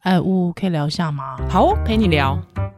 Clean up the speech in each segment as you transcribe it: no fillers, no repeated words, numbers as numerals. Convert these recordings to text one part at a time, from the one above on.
呜，可以聊一下吗？ 好哦，陪你聊。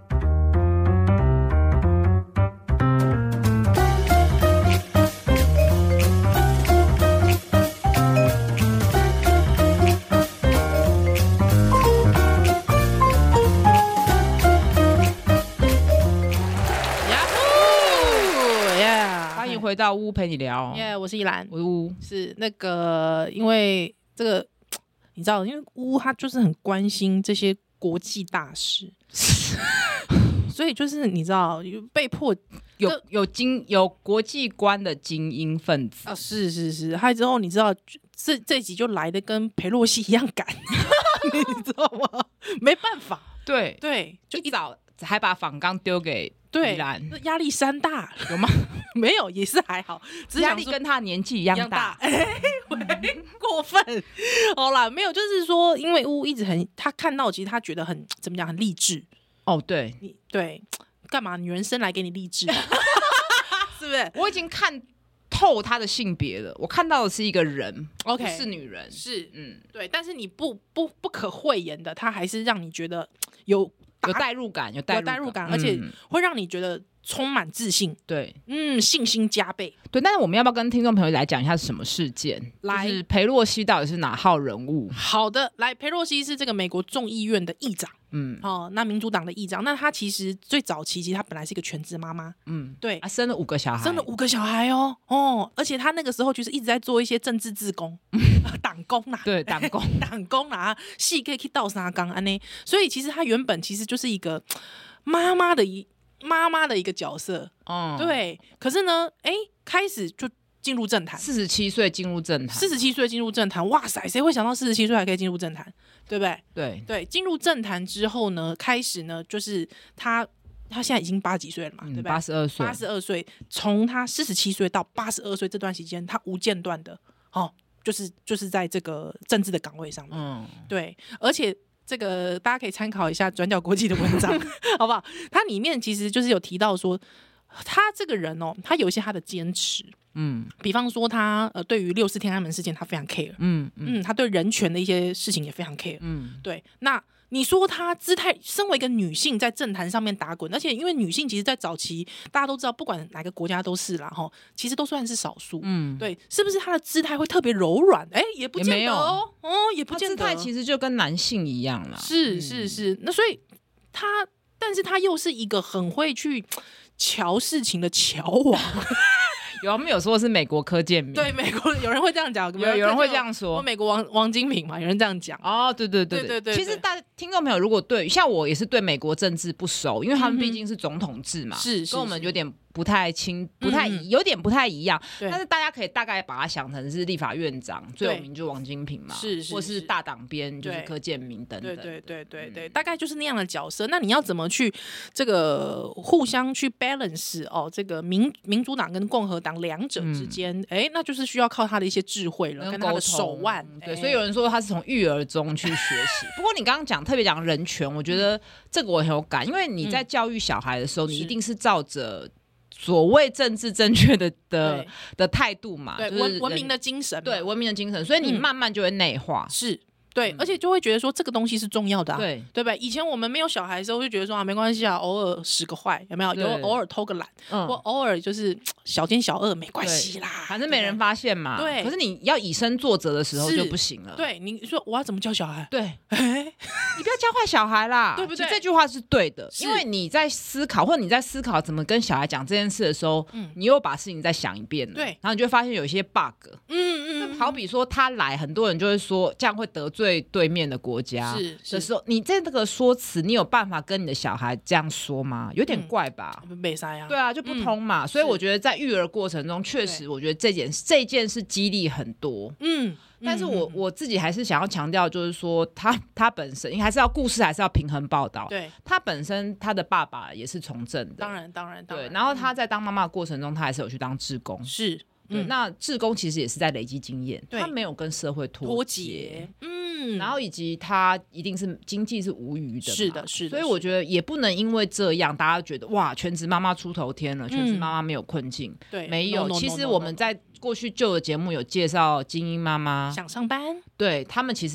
欢迎回到屋陪你聊。 我是依兰， 我是屋， 是那个，因为这个你知道，因为屋他就是很关心这些国际大事，所以就是你知道被迫有国际观的精英分子啊，是，还有之后你知道这集就来的跟裴洛西一样赶，你知道吗？没办法， 对， 就一早还把访纲丢给依兰， 压力山大有吗？没有，也是还好， 压力跟他年纪一样大。 过分。好啦，没有，就是说，因为屋一直他看到，其实他觉得很怎么讲，很励志。 哦，对， 对，干嘛？女人生来给你励志，是不是？ 我已经看透他的性别了，我看到的是一个人 ，OK， 不是女人， 是，对。但是你不可讳言的，他还是让你觉得有代入感，有代入感， 而且会让你觉得充满自信， 对， 信心加倍， 对。但是我们要不要跟听众朋友来讲一下是什么事件？ 来， 就是裴洛西到底是哪号人物？ 好的，来，裴洛西是这个美国众议院的议长，那民主党的议长，那他其实最早期，其实他本来是一个全职妈妈，对， 生了5个小孩， 而且他那个时候就是一直在做一些政治志工，党工啦， 对，党工啦，戏可以去倒沙缸安呢，所以其实他原本其实就是一个妈妈的一个角色，对。可是呢，开始就进入政坛 ，47岁进入政坛，哇塞，谁会想到47岁还可以进入政坛，对不对？ 对，进入政坛之后呢，开始呢，就是他现在已经80几岁了嘛，对不对？82岁，从他47岁到82岁这段时间，他无间断的就是在这个政治的岗位上面，对，而且。这个大家可以参考一下转角国际的文章，好不好？它里面其实就是有提到说，他这个人他有一些他的坚持，比方说他对于6四天安门事件他非常 care，他对人权的一些事情也非常 care，对。那你说他姿态，身为一个女性在政坛上面打滚，而且因为女性其实在早期大家都知道，不管哪个国家都是啦，其实都算是少数，对，是不是她的姿态会特别柔软？也不见得也不见得， 姿态其实就跟男性一样啦， 是，那所以但是他又是一个很会去瞧事情的乔王。 我们有说是美国柯建铭， 对，美国有人会这样讲， 有人会这样说， 美国王金平嘛，有人这样讲。 对。其实听众朋友如果像我也是对美国政治不熟，因为他们毕竟是总统制嘛， 是跟我们有点不太有点不太一样。但是大家可以大概把它想成是立法院长最有名就王金平嘛，或是大党编就是柯建铭等等。 对，大概就是那样的角色。那你要怎么去这个互相去 balance 这个民主党跟共和党两者之间，那就是需要靠他的一些智慧了，跟他的手腕。 对，所以有人说他是从育儿中去学习。不过你刚刚特别讲人权，我觉得这个我很有感，因为你在教育小孩的时候，你一定是照着所谓政治正确的态度嘛， 对， 就是文明的精神， 对，文明的精神，所以你慢慢就会内化。 是。对，而且就会觉得说这个东西是重要的，对不对？以前我们没有小孩的时候，就觉得说没关系啊，偶尔使个坏，有没有？偶尔偷个懒，或偶尔就是小奸小恶，没关系啦， 反正没人发现嘛。对。可是你要以身作则的时候就不行了。 对，你说我要怎么教小孩？ 对，你不要教坏小孩啦，对不对？这句话是对的，因为你在思考，或者你在思考怎么跟小孩讲这件事的时候，你又把事情再想一遍了，对，然后你就会发现有一些 bug，好比说他来，很多人就会说这样会得罪对面的国家的时候，你这个说辞，你有办法跟你的小孩这样说吗？有点怪吧？ 没塞啊， 对啊，就不通嘛。所以我觉得在育儿过程中，确实我觉得这件事激励很多。但是我自己还是想要强调，就是说他本身还是要故事，还是要平衡报道。对，他本身他的爸爸也是从政的， 当然。 对，然后他在当妈妈的过程中，他还是有去当志工。是。对，那志工其实也是在累积经验，他没有跟社会脱节，然后以及他一定是经济是无余的，是的，所以我觉得也不能因为这样，大家觉得哇，全职妈妈出头天了，全职妈妈没有困境，对，没有。其实我们在过去旧的节目有介绍精英妈妈想上班， 对他们其实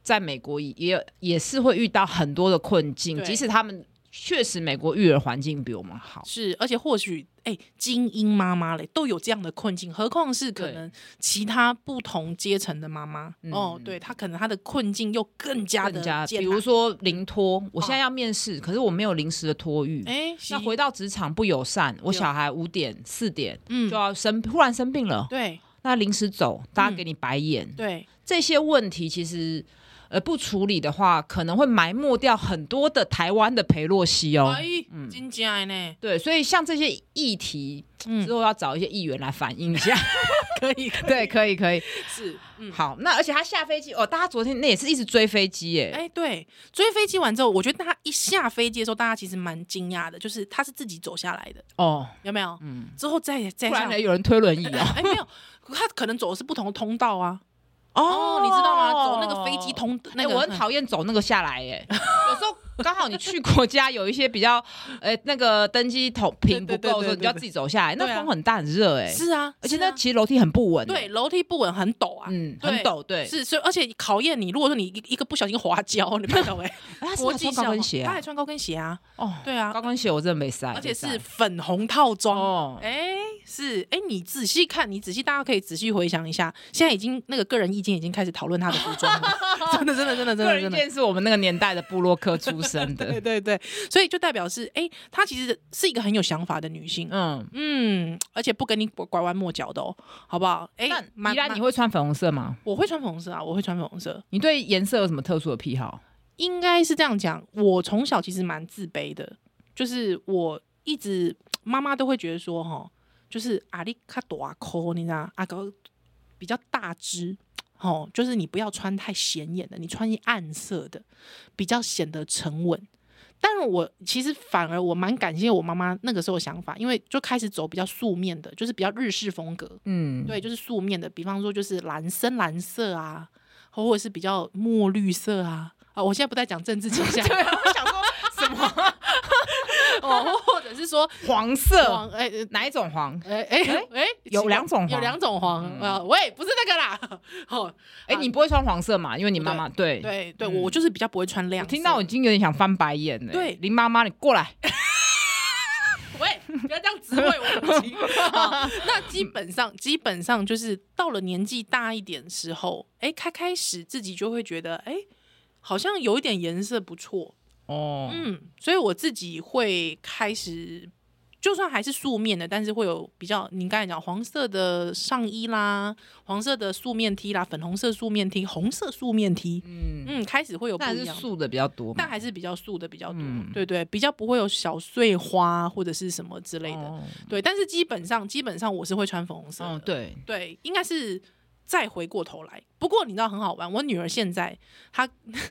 在美国也是会遇到很多的困境，即使他们确实美国育儿环境比我们好， 是，而且或许精英妈妈嘞都有这样的困境，何况是可能其他不同阶层的妈妈对，她可能她的困境又更加的比如说临托，我现在要面试，可是我没有临时的托育，那回到职场不友善，我小孩5点4点就要突然生病了， 对， 那临时走，大家给你白眼， 对， 这些问题其实不处理的话，可能会埋没掉很多的台湾的裴洛西真假呢？ 对，所以像这些议题之后要找一些议员来反映一下， 可以， 对，可以， 是， 好。那而且他下飞机大家昨天那也是一直追飞机耶， 对，追飞机完之后，我觉得他一下飞机的时候，大家其实蛮惊讶的，就是他是自己走下来的有没有？之后再不然有人推轮椅没有，他可能走的是不同的通道啊。你知道吗？走那个飞机通我很讨厌走那个下来耶。有时候刚好你去国家有一些比较那个登机坪不够的时候，你就要自己走下来，那风很大很热是啊， 而且那其实楼梯很不稳， 对，楼梯不稳很陡啊， 很陡，对， 是，所以而且考验你，如果说你一个不小心滑跤，你不知道国际高跟鞋， 他还穿高跟鞋啊，对啊， 高跟鞋我真的没塞， 而且是粉红套装是你仔细看，大家可以仔细回想一下，现在已经那个个人意见已经开始讨论他的服装了，真的，个人意见是我们那个年代的部落客出身的， 对，所以就代表是她其实是一个很有想法的女性，而且不跟你拐弯抹角的好不好？ 那宜兰你会穿粉红色吗？ 我会穿粉红色啊，我会穿粉红色。 你对颜色有什么特殊的癖好？ 应该是这样讲，我从小其实蛮自卑的，就是我一直妈妈都会觉得说就是你较大颗，你知道哥比较大只就是你不要穿太显眼的，你穿暗色的比较显得沉稳。但是我其实反而我蛮感谢我妈妈那个时候的想法，因为就开始走比较素面的，就是比较日式风格，对，就是素面的，比方说就是深蓝色啊，或者是比较墨绿色啊。我现在不在讲政治倾向， 对，我想说什么或者是说黄色，哪一种黄？有2种黄， 有2种黄。喂，不是那个啦。 你不会穿黄色嘛？因为你妈妈对， 我就是比较不会穿亮色。 我听到我已经有点想翻白眼了。 对， 林妈妈，你过来。 喂，不要这样指挥我母亲。那基本上就是到了年纪大一点的时候，开始自己就会觉得，好像有一点颜色不错。所以我自己会开始，就算还是素面的，但是会有比较你刚才讲黄色的上衣啦，黄色的素面 T 啦，粉红色素面 T， 红色素面 T， 开始会有不一样， 但是素的比较多， 但还是比较素的比较多，对，比较不会有小碎花或者是什么之类的，对，但是基本上我是会穿粉红色的，对，应该是。再回过头来，不过你知道很好玩，我女儿现在她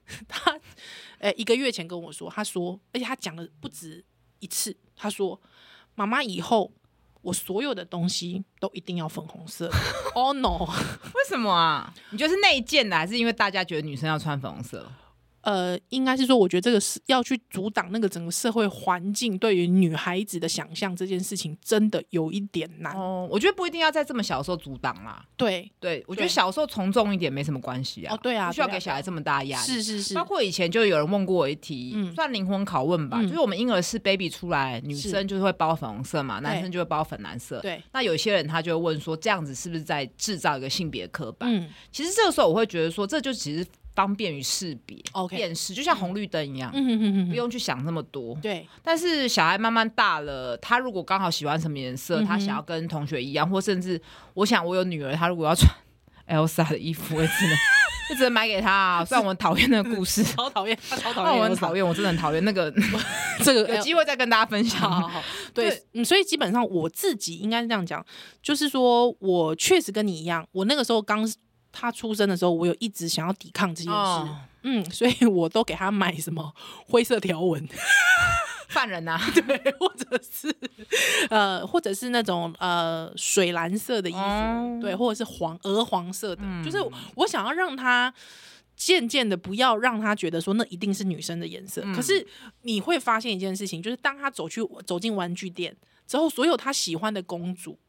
1个月前跟我说，她说，而且她讲了不止一次，她说妈妈以后我所有的东西都一定要粉红色。Oh no， 为什么啊？你觉得是内建的，还是因为大家觉得女生要穿粉红色？ 应该是说，我觉得这个是要去阻挡那个整个社会环境对于女孩子的想象这件事情，真的有一点难。 我觉得不一定要在这么小的时候阻挡啦。 对， 我觉得小时候从众一点没什么关系啊。 对啊， 不需要给小孩这么大压力。是。 包括以前就有人问过我一题，算灵魂拷问吧，就是我们婴儿室 baby 出来，女生就会包粉红色嘛，男生就会包粉蓝色。 对。 那有些人他就会问说，这样子是不是在制造一个性别刻板？其实这个时候我会觉得说，这就其实。方便于识别、辨识，就像红绿灯一样，不用去想那么多。 对， 但是小孩慢慢大了，他如果刚好喜欢什么颜色，他想要跟同学一样，或甚至我想我有女儿，她如果要穿 Elsa 的衣服，我也只能买给她。虽然我讨厌那个故事， 超讨厌，超讨厌， 我很讨厌，我真的很讨厌那个。 这个有机会再跟大家分享。 好，对，所以基本上我自己应该是这样讲，就是说我确实跟你一样，我那个时候他出生的时候，我有一直想要抵抗这件事，所以我都给他买什么灰色条纹犯人啊， 对，或者是那种水蓝色的衣服，对，或者是鹅黄色的，就是我想要让他渐渐的不要让他觉得说那一定是女生的颜色。可是你会发现一件事情，就是当他走进玩具店之后，所有他喜欢的公主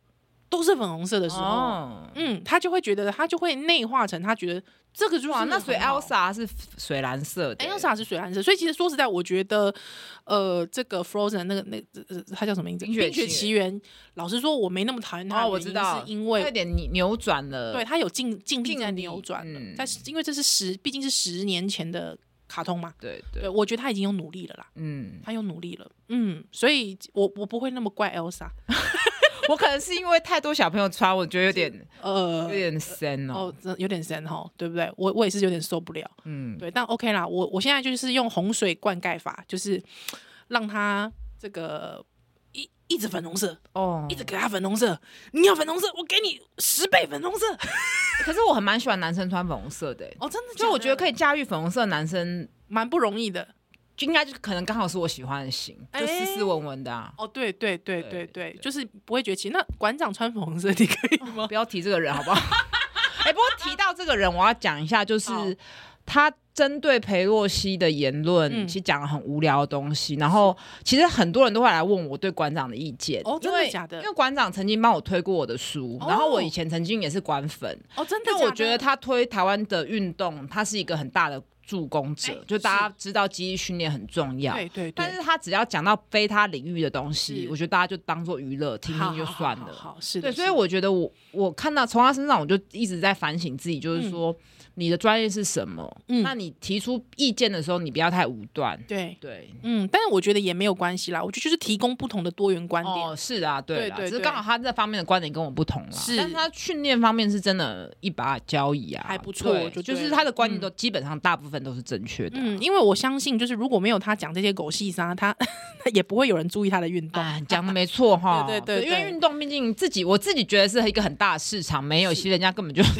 都是粉红色的时候，他就会觉得，他就会内化成他觉得这个就是那所以 Elsa 是水蓝色的 ，Elsa 是水蓝色，所以其实说实在，我觉得这个 Frozen 那个他叫什么名字？冰雪奇缘。老实说，我没那么讨厌他， 我知道， 是因为有点扭转了， 对他有尽力在扭转了，但是因为这是毕竟是10年前的卡通嘛， 对， 我觉得他已经有努力了啦，他有努力了，所以我不会那么怪 Elsa。 我可能是因为太多小朋友穿，我觉得有点深哦， 有点深哦，对不对？我也是有点受不了，对，但 OK 啦，我现在就是用洪水灌溉法，就是让他这个一直粉红色一直给他粉红色，你要粉红色，我给你10倍粉红色。 可是我很蛮喜欢男生穿粉红色的， 真的， 就我觉得可以驾驭粉红色的男生蛮不容易的。 应该就可能刚好是我喜欢的型，就斯斯文文的啊。 对，就是不会崛起。那馆长穿粉红色，你可以吗？ 不要提这个人好不好？不过提到这个人，我要讲一下，就是他针对裴洛西的言论，其实讲了很无聊的东西。然后其实很多人都会来问我对馆长的意见。 真的假的？ 因为馆长曾经帮我推过我的书，然后我以前曾经也是馆粉。 真的假的？ 因为我觉得他推台湾的运动，他是一个很大的助攻者，就大家知道肌力训练很重要， 对， 但是他只要讲到非他领域的东西，我觉得大家就当做娱乐听听就算了。 好，是的， 对，所以我觉得我看到从他身上，我就一直在反省自己，就是说你的专业是什么？那你提出意见的时候，你不要太武断。 对，但是我觉得也没有关系啦，我觉得就是提供不同的多元观点。 是啊，对，只是刚好他这方面的观点跟我不同啦。但是他训练方面是真的一把交椅啊， 还不错， 就是他的观点都基本上大部分都是正确的。 因为我相信，就是如果没有他讲这些狗屁啥，他也不会有人注意他的运动。 讲的没错哈， 对， 因为运动毕竟我自己觉得是一个很大的市场，没有其实人家根本就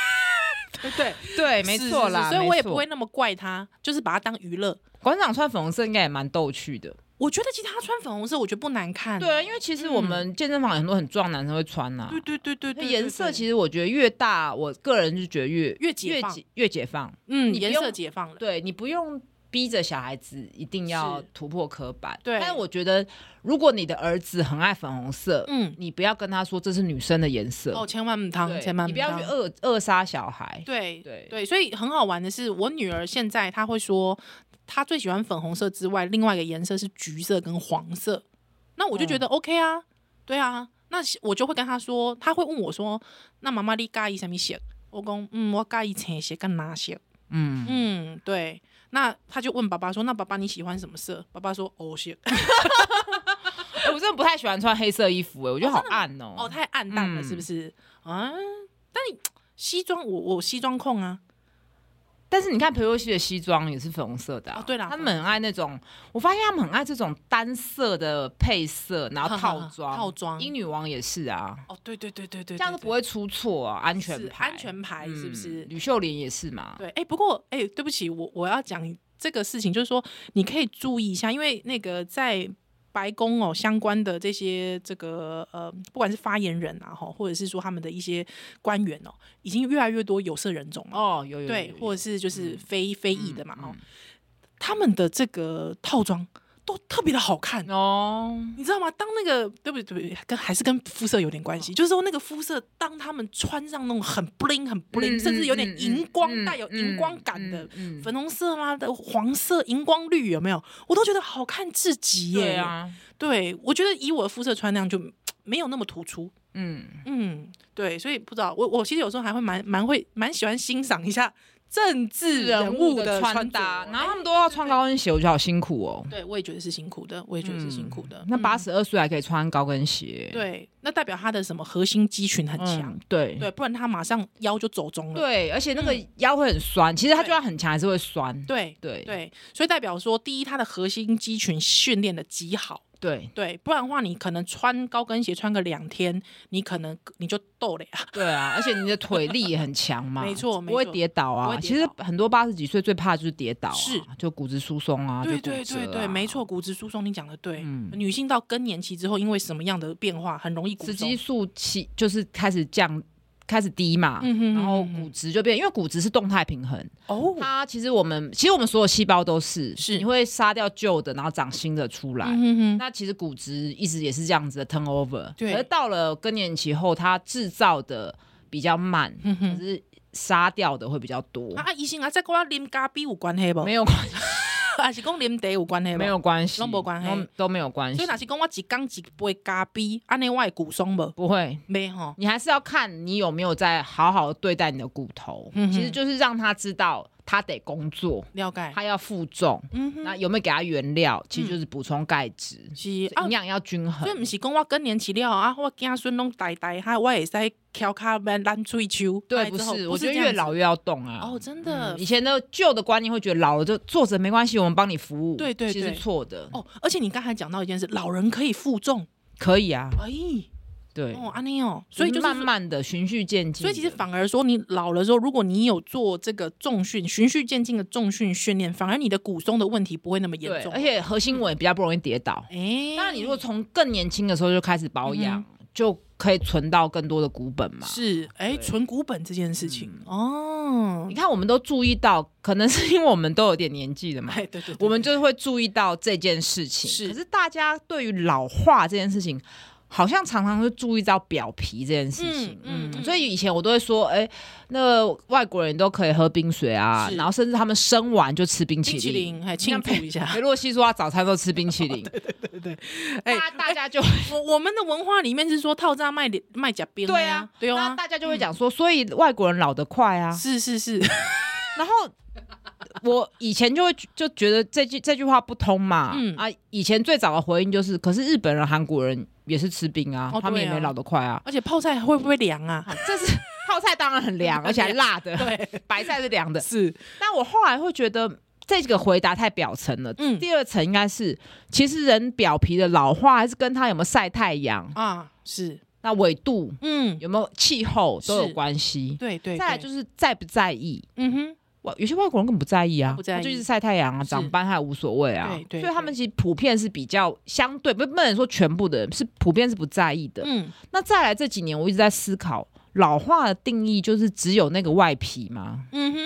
对，没错啦， 所以我也不会那么怪他，就是把他当娱乐。 馆长穿粉红色应该也蛮逗趣的。 我觉得其实他穿粉红色，我觉得不难看。 对，因为其实我们健身房有很多很壮男生会穿啊。 对， 颜色其实我觉得越大，我个人就觉得越解放。 颜色解放了。 对，你不用逼着小孩子一定要突破刻板。 对， 但是我觉得如果你的儿子很爱粉红色，你不要跟他说这是女生的颜色。 千万不当， 你不要去扼杀小孩。 对，所以很好玩的是，我女儿现在她会说，她最喜欢粉红色之外，另外一个颜色是橘色跟黄色。那我就觉得 OK 啊，对啊，那我就会跟她说，她会问我说，那妈妈你介意什么色？我说我介意青色跟蓝色。对。那他就问爸爸说：“那爸爸你喜欢什么色？”爸爸说：“黑色。” 我真的不太喜欢穿黑色衣服，我觉得好暗哦。 太暗淡了，是不是？但你西装，我西装控啊。 但是你看裴洛西的西装也是粉红色的对啦， 他们很爱那种，我发现他们很爱这种单色的配色，然后套装，英女王也是啊。 对，这样子不会出错啊，安全牌是不是？ 吕秀莲也是嘛。 对，不过对不起，我要讲这个事情，就是说你可以注意一下，因为那个在白宫相关的这些这个不管是发言人啊或者是说他们的一些官员已经越来越多有色人种了有对，或者是就是非裔的嘛他们的这个套装都特别的好看你知道吗？当那个对不对，还是跟肤色有点关系，就是说那个肤色，当他们穿上那种很 bling 甚至有点荧光带有荧光感的粉红色啦的黄色荧光绿，有没有？我都觉得好看至极耶。对，我觉得以我的肤色穿那样就没有那么突出。对，所以不知道我其实有时候还会蛮喜欢欣赏一下政治人物的穿搭， 然后他们都要穿高跟鞋，我觉得好辛苦哦。 对，我也觉得是辛苦的， 那82岁还可以穿高跟鞋， 对，那代表他的什么核心肌群很强，对，不然他马上腰就走中了。 对，而且那个腰会很酸，其实他就算很强还是会酸。 对，所以代表说，第一，他的核心肌群训练的极好。对，不然的话，你可能穿高跟鞋穿个2天，你就抖了呀。 对啊，而且你的腿力也很强嘛， 没错， 不会跌倒啊。其实很多80几岁最怕就是跌倒是就骨质疏松啊， 对，没错，骨质疏松你讲的对。女性到更年期之后，因为什么样的变化，很容易骨松， 雌激素就是开始开始低嘛，然后骨质就变，因为骨质是动态平衡哦。它其实我们所有细胞都是你会杀掉旧的，然后长新的出来。那其实骨质一直也是这样子的 turnover， 对。可是到了更年期后，它制造的比较慢，可是杀掉的会比较多。 医生啊，这跟我啉咖啡有关系不？ 没有关系。 还是讲啉茶有关系？ 没有关系， 都没关系， 都没有关系。 所以若是讲我一缸一杯咖啡，安尼我会骨松不？ 不会， 没吼。 你还是要看你有没有在好好的对待你的骨头，其实就是让他知道他得工作， 了解， 他要负重，那有没有给他原料？其实就是补充钙质，营养要均衡。 所以不是讲我更年期了啊，我子孙拢大，我会使翘脚慢烂喙秋。 对，不是，我觉得越老越要动啊。 哦，真的， 以前的旧的观念会觉得老了就坐着没关系，我们帮你服务。 对对对， 其实错的。 哦，而且你刚才讲到一件事，老人可以负重， 可以啊。 哎。 对哦，安尼哦，所以就是慢慢的循序渐进。 所以其实反而说，你老了之后，如果你有做这个重训，循序渐进的重训训练，反而你的骨松的问题不会那么严重， 而且核心纹也比较不容易跌倒。当然，你如果从更年轻的时候就开始保养，就可以存到更多的骨本嘛。 是，存骨本这件事情哦， 你看我们都注意到，可能是因为我们都有点年纪了嘛， 对， 我们就会注意到这件事情。可是大家对于老化这件事情，好像常常会注意到表皮这件事情，所以以前我都会说，那个外国人都可以喝冰水啊，然后甚至他们生完就吃冰淇淋， 还庆祝一下。 裴洛西说他早餐都吃冰淇淋， 对， 大家就我们的文化里面是说套餐卖假冰， 对啊， 那大家就会讲说，所以外国人老得快啊， 是， 然后。我以前就觉得这句话不通嘛，以前最早的回应就是，可是日本人、韩国人也是吃冰啊，他们也没老得快啊。 而且泡菜会不会凉啊？ 这是泡菜当然很凉，而且还辣的。 对， 白菜是凉的。 是， 但我后来会觉得这个回答太表层了。第二层应该是，其实人表皮的老化还是跟他有没有晒太阳啊， 是。 那纬度，有没有气候都有关系。 对。 再来就是在不在意，有些外国人根本不在意啊，他就是晒太阳啊，长斑他也无所谓啊，所以他们其实普遍是比较相对，不能说全部的人是普遍是不在意的。那再来这几年，我一直在思考老化的定义，就是只有那个外皮吗？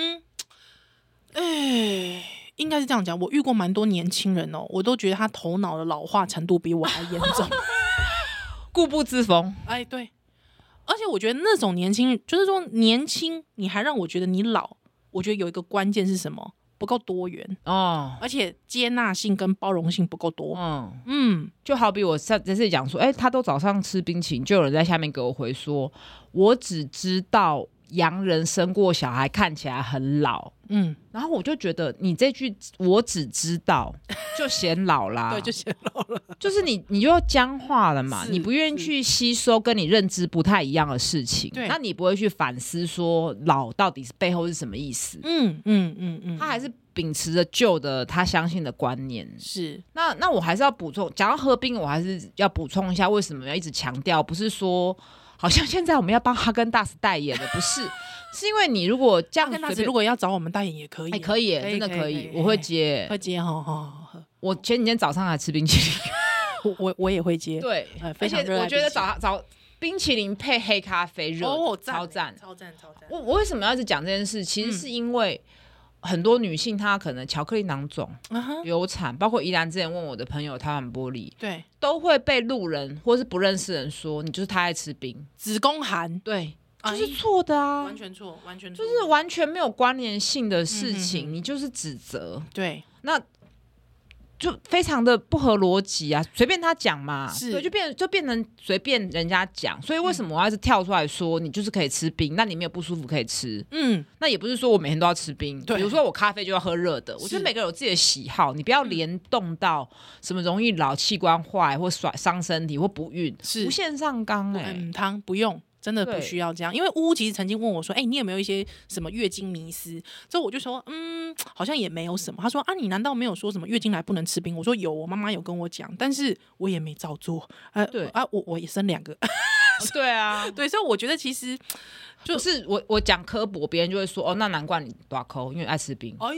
应该是这样讲。我遇过蛮多年轻人哦，我都觉得他头脑的老化程度比我还严重， 固步自封。 对，而且我觉得那种年轻人，就是说年轻，你还让我觉得你老。我觉得有一个关键是什么？不够多元哦，而且接纳性跟包容性不够多。 就好比我在这里讲说，他都早上吃冰淇淋，就有人在下面给我回说，我只知道洋人生过小孩看起来很老。然后我就觉得你这句我只知道就显老啦。 对，就显老了， 就是你就要僵化了嘛，你不愿意去吸收跟你认知不太一样的事情，那你不会去反思说老到底是背后是什么意思。他还是秉持着旧的他相信的观念。是，那我还是要补充，讲到合并，我还是要补充一下，为什么要一直强调，不是说好像现在我们要帮哈根达斯代言的，不是。是因为你如果这样，哈根达斯如果要找我们代言也可以， 可以，真的可以，我会接，我前几天早上还吃冰淇淋，我也会接， 对， 非常热爱。 我觉得早冰淇淋配黑咖啡热，超赞。我为什么要一直讲这件事？其实是因为很多女性她可能巧克力囊肿、流产，包括宜兰之前问我的朋友台湾玻璃，对，都会被路人或是不认识人说你就是太爱吃冰， 子宫寒， 对。就是错的啊， 完全错， 就是完全没有关联性的事情，你就是指责， 对， 那就非常的不合逻辑啊，随便他讲嘛，对，就变成随便人家讲，所以为什么我要是跳出来说你就是可以吃冰，那你没有不舒服可以吃，那也不是说我每天都要吃冰，比如说我咖啡就要喝热的，我觉得每个人有自己的喜好，你不要联动到什么容易老、器官坏或伤身体或不孕，无限上纲汤不用。真的不需要这样，因为乌其实曾经问我说：“你有没有一些什么月经迷思？”之后我就说：“好像也没有什么。”他说：“你难道没有说什么月经来不能吃冰？”我说：“有，我妈妈有跟我讲，但是我也没照做。”对啊，我也生2个。 对啊， 对，所以我觉得其实就是我讲刻薄，别人就会说：“那难怪你大抠，因为爱吃冰。”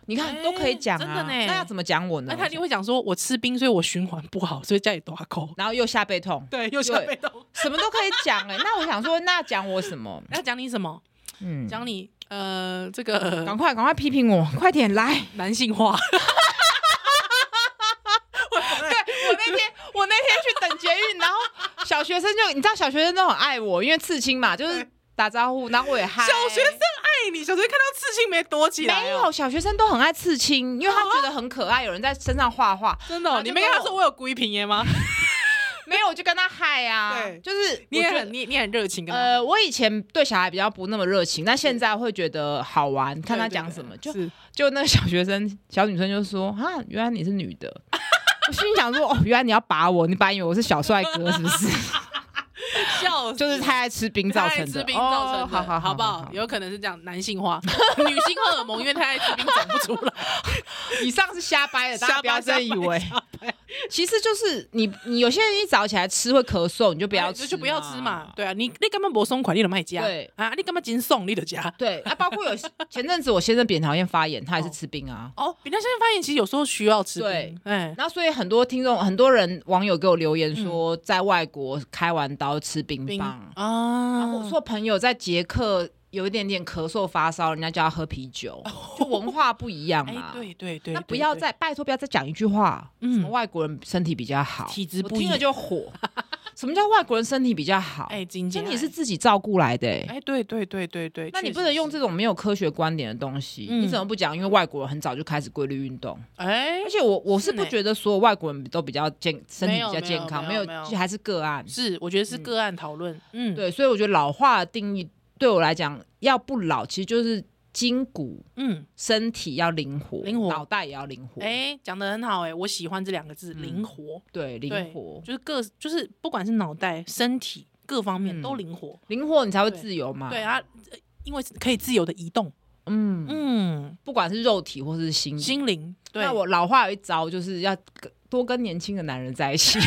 你看都可以讲啊， 真的呢。 那要怎么讲我呢？ 那他一定会讲说，我吃冰，所以我循环不好，所以家里大口， 然后又下背痛， 对，又下背痛， 什么都可以讲那我想说，那讲我什么？ 要讲你什么？讲你这个， 赶快批评我，快点来， 男性化。 我那天去等捷运，然后小学生你知道小学生都很爱我，因为刺青嘛，就是打招呼，然后我也嗨。 小学生爱你，小学生看到刺青没躲起来？ 没有，小学生都很爱刺青，因为他觉得很可爱，有人在身上画画。 真的，你没跟他说我有故意平耶吗？ 没有，我就跟他嗨啊。对，就是你很热情。 我以前对小孩比较不那么热情，但现在会觉得好玩，看他讲什么。就那个小学生小女生就说啊，原来你是女的。我心里想说，原来你要把我，你本来以为我是小帅哥是不是？ 笑， 就是太爱吃冰造成的， 吃冰造成的，好不好？有可能是这样，男性化、女性荷尔蒙，因为太爱吃冰长不出来。 以上是瞎掰的，大家不要真以为。其实就是你有些人一早起来吃会咳嗽，你就不要吃， 就不要吃嘛。对啊，你干嘛不松快，你就卖加。对啊，你干嘛紧送，你就加。 对啊，包括前阵子我先生扁桃腺发炎，他也是吃冰啊。 扁桃腺发炎其实有时候需要吃冰。 对，然后所以很多网友给我留言说，在外国开完刀吃冰棒啊。我说朋友在捷克有一点点咳嗽发烧，人家叫他喝啤酒，就文化不一样嘛。 对， 那不要拜托不要再讲一句话，什么外国人身体比较好， 体质不一样， 我听了就火。什么叫外国人身体比较好？身体是自己照顾来的。 对。 那你不能用这种没有科学观点的东西，你怎么不讲？因为外国人很早就开始规律运动，而且我是不觉得所有外国人都比较身体比较健康，没有，还是个案。 是，我觉得是个案讨论。 对，所以我觉得老化的定义对我来讲，要不老，其实就是筋骨，身体要灵活，脑袋也要灵活。 讲得很好，我喜欢这2个字，灵活。 对，灵活就是不管是脑袋、身体各方面都灵活， 灵活你才会自由嘛。 对啊，因为可以自由的移动。 不管是肉体或是心灵。对， 那我老化有一招，就是要多跟年轻的男人在一起。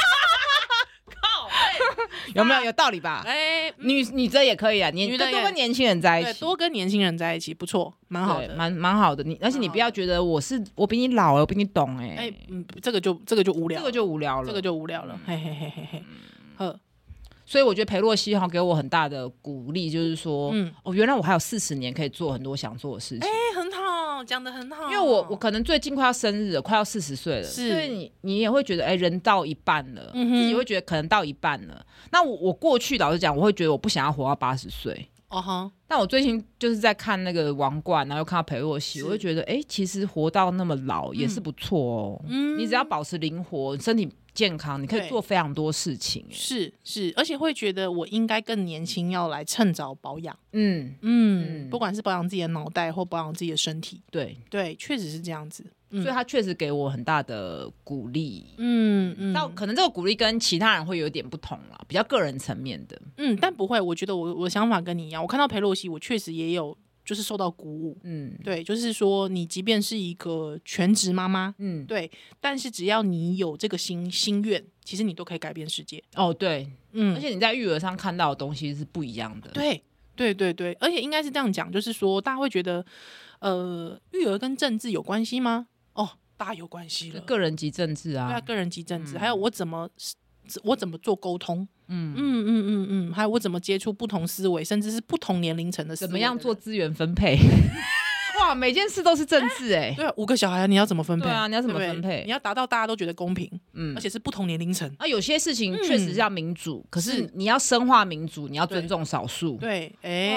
有没有道理吧？女的也可以啊，女的多跟年轻人在一起， 多跟年轻人在一起不错，蛮好的， 蛮好的。而且你不要觉得我比你老，我比你懂这个就无聊， 这个就无聊了，嘿。 所以我觉得裴洛西给我很大的鼓励，就是说，原来我还有40年可以做很多想做的事情。 很好，讲得很好。 因为我可能最近快要生日了，快要40岁了，所以你也会觉得，人到一半了，自己会觉得可能到一半了。那我过去老实讲，我会觉得我不想要活到80岁。但我最近就是在看那个《王冠》，然后又看到裴洛西，我会觉得，其实活到那么老也是不错哦。你只要保持灵活，身体健康，你可以做非常多事情。 是，而且会觉得我应该更年轻，要来趁早保养。不管是保养自己的脑袋或保养自己的身体。对，确实是这样子。 所以他确实给我很大的鼓励。但可能这个鼓励跟其他人会有点不同啦，比较个人层面的。 但不会，我觉得我的想法跟你一样。我看到裴洛西，我确实也有就是受到鼓舞。对，就是说你即便是一个全职妈妈，对，但是只要你有这个心愿，其实你都可以改变世界。 对，而且你在育儿上看到的东西是不一样的。 对，而且应该是这样讲，就是说大家会觉得，育儿跟政治有关系吗？大有关系了， 个人及政治啊， 对啊，个人及政治，还有我怎么做沟通，还有我怎么接触不同思维，甚至是不同年龄层的思维， 怎么样做资源分配。哇，每件事都是政治对啊，5个小孩你要怎么分配？ 对啊，你要怎么分配？ 你要达到大家都觉得公平，而且是不同年龄层。 有些事情确实是要民主，可是你要深化民主，你要尊重少数。 对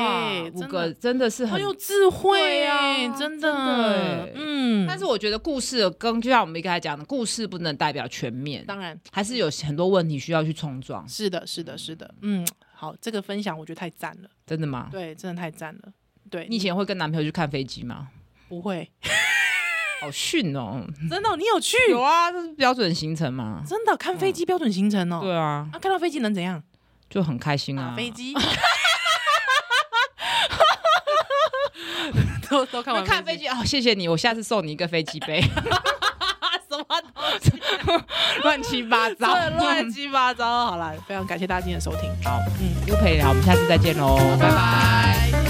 ，5个真的是很有智慧真的。 但是我觉得故事就像我们一开始讲的，故事不能代表全面， 当然还是有很多问题需要去冲撞。 是的。好，这个分享我觉得太赞了。 真的吗？ 对，真的太赞了。对， 你以前会跟男朋友去看飞机吗？ 不会。 好逊哦！ 真的，你有去？ 有啊，这是标准行程嘛。 真的，看飞机标准行程哦。 对啊。 看到飞机能怎样？ 就很开心啊。 打飞机。都看完看飞机谢谢你，我下次送你一个飞机杯。 什么东西？ 乱七八糟， 乱七八糟。好了，非常感谢大家今天的收听。 好，不陪聊，我们下次再见喽， 拜拜。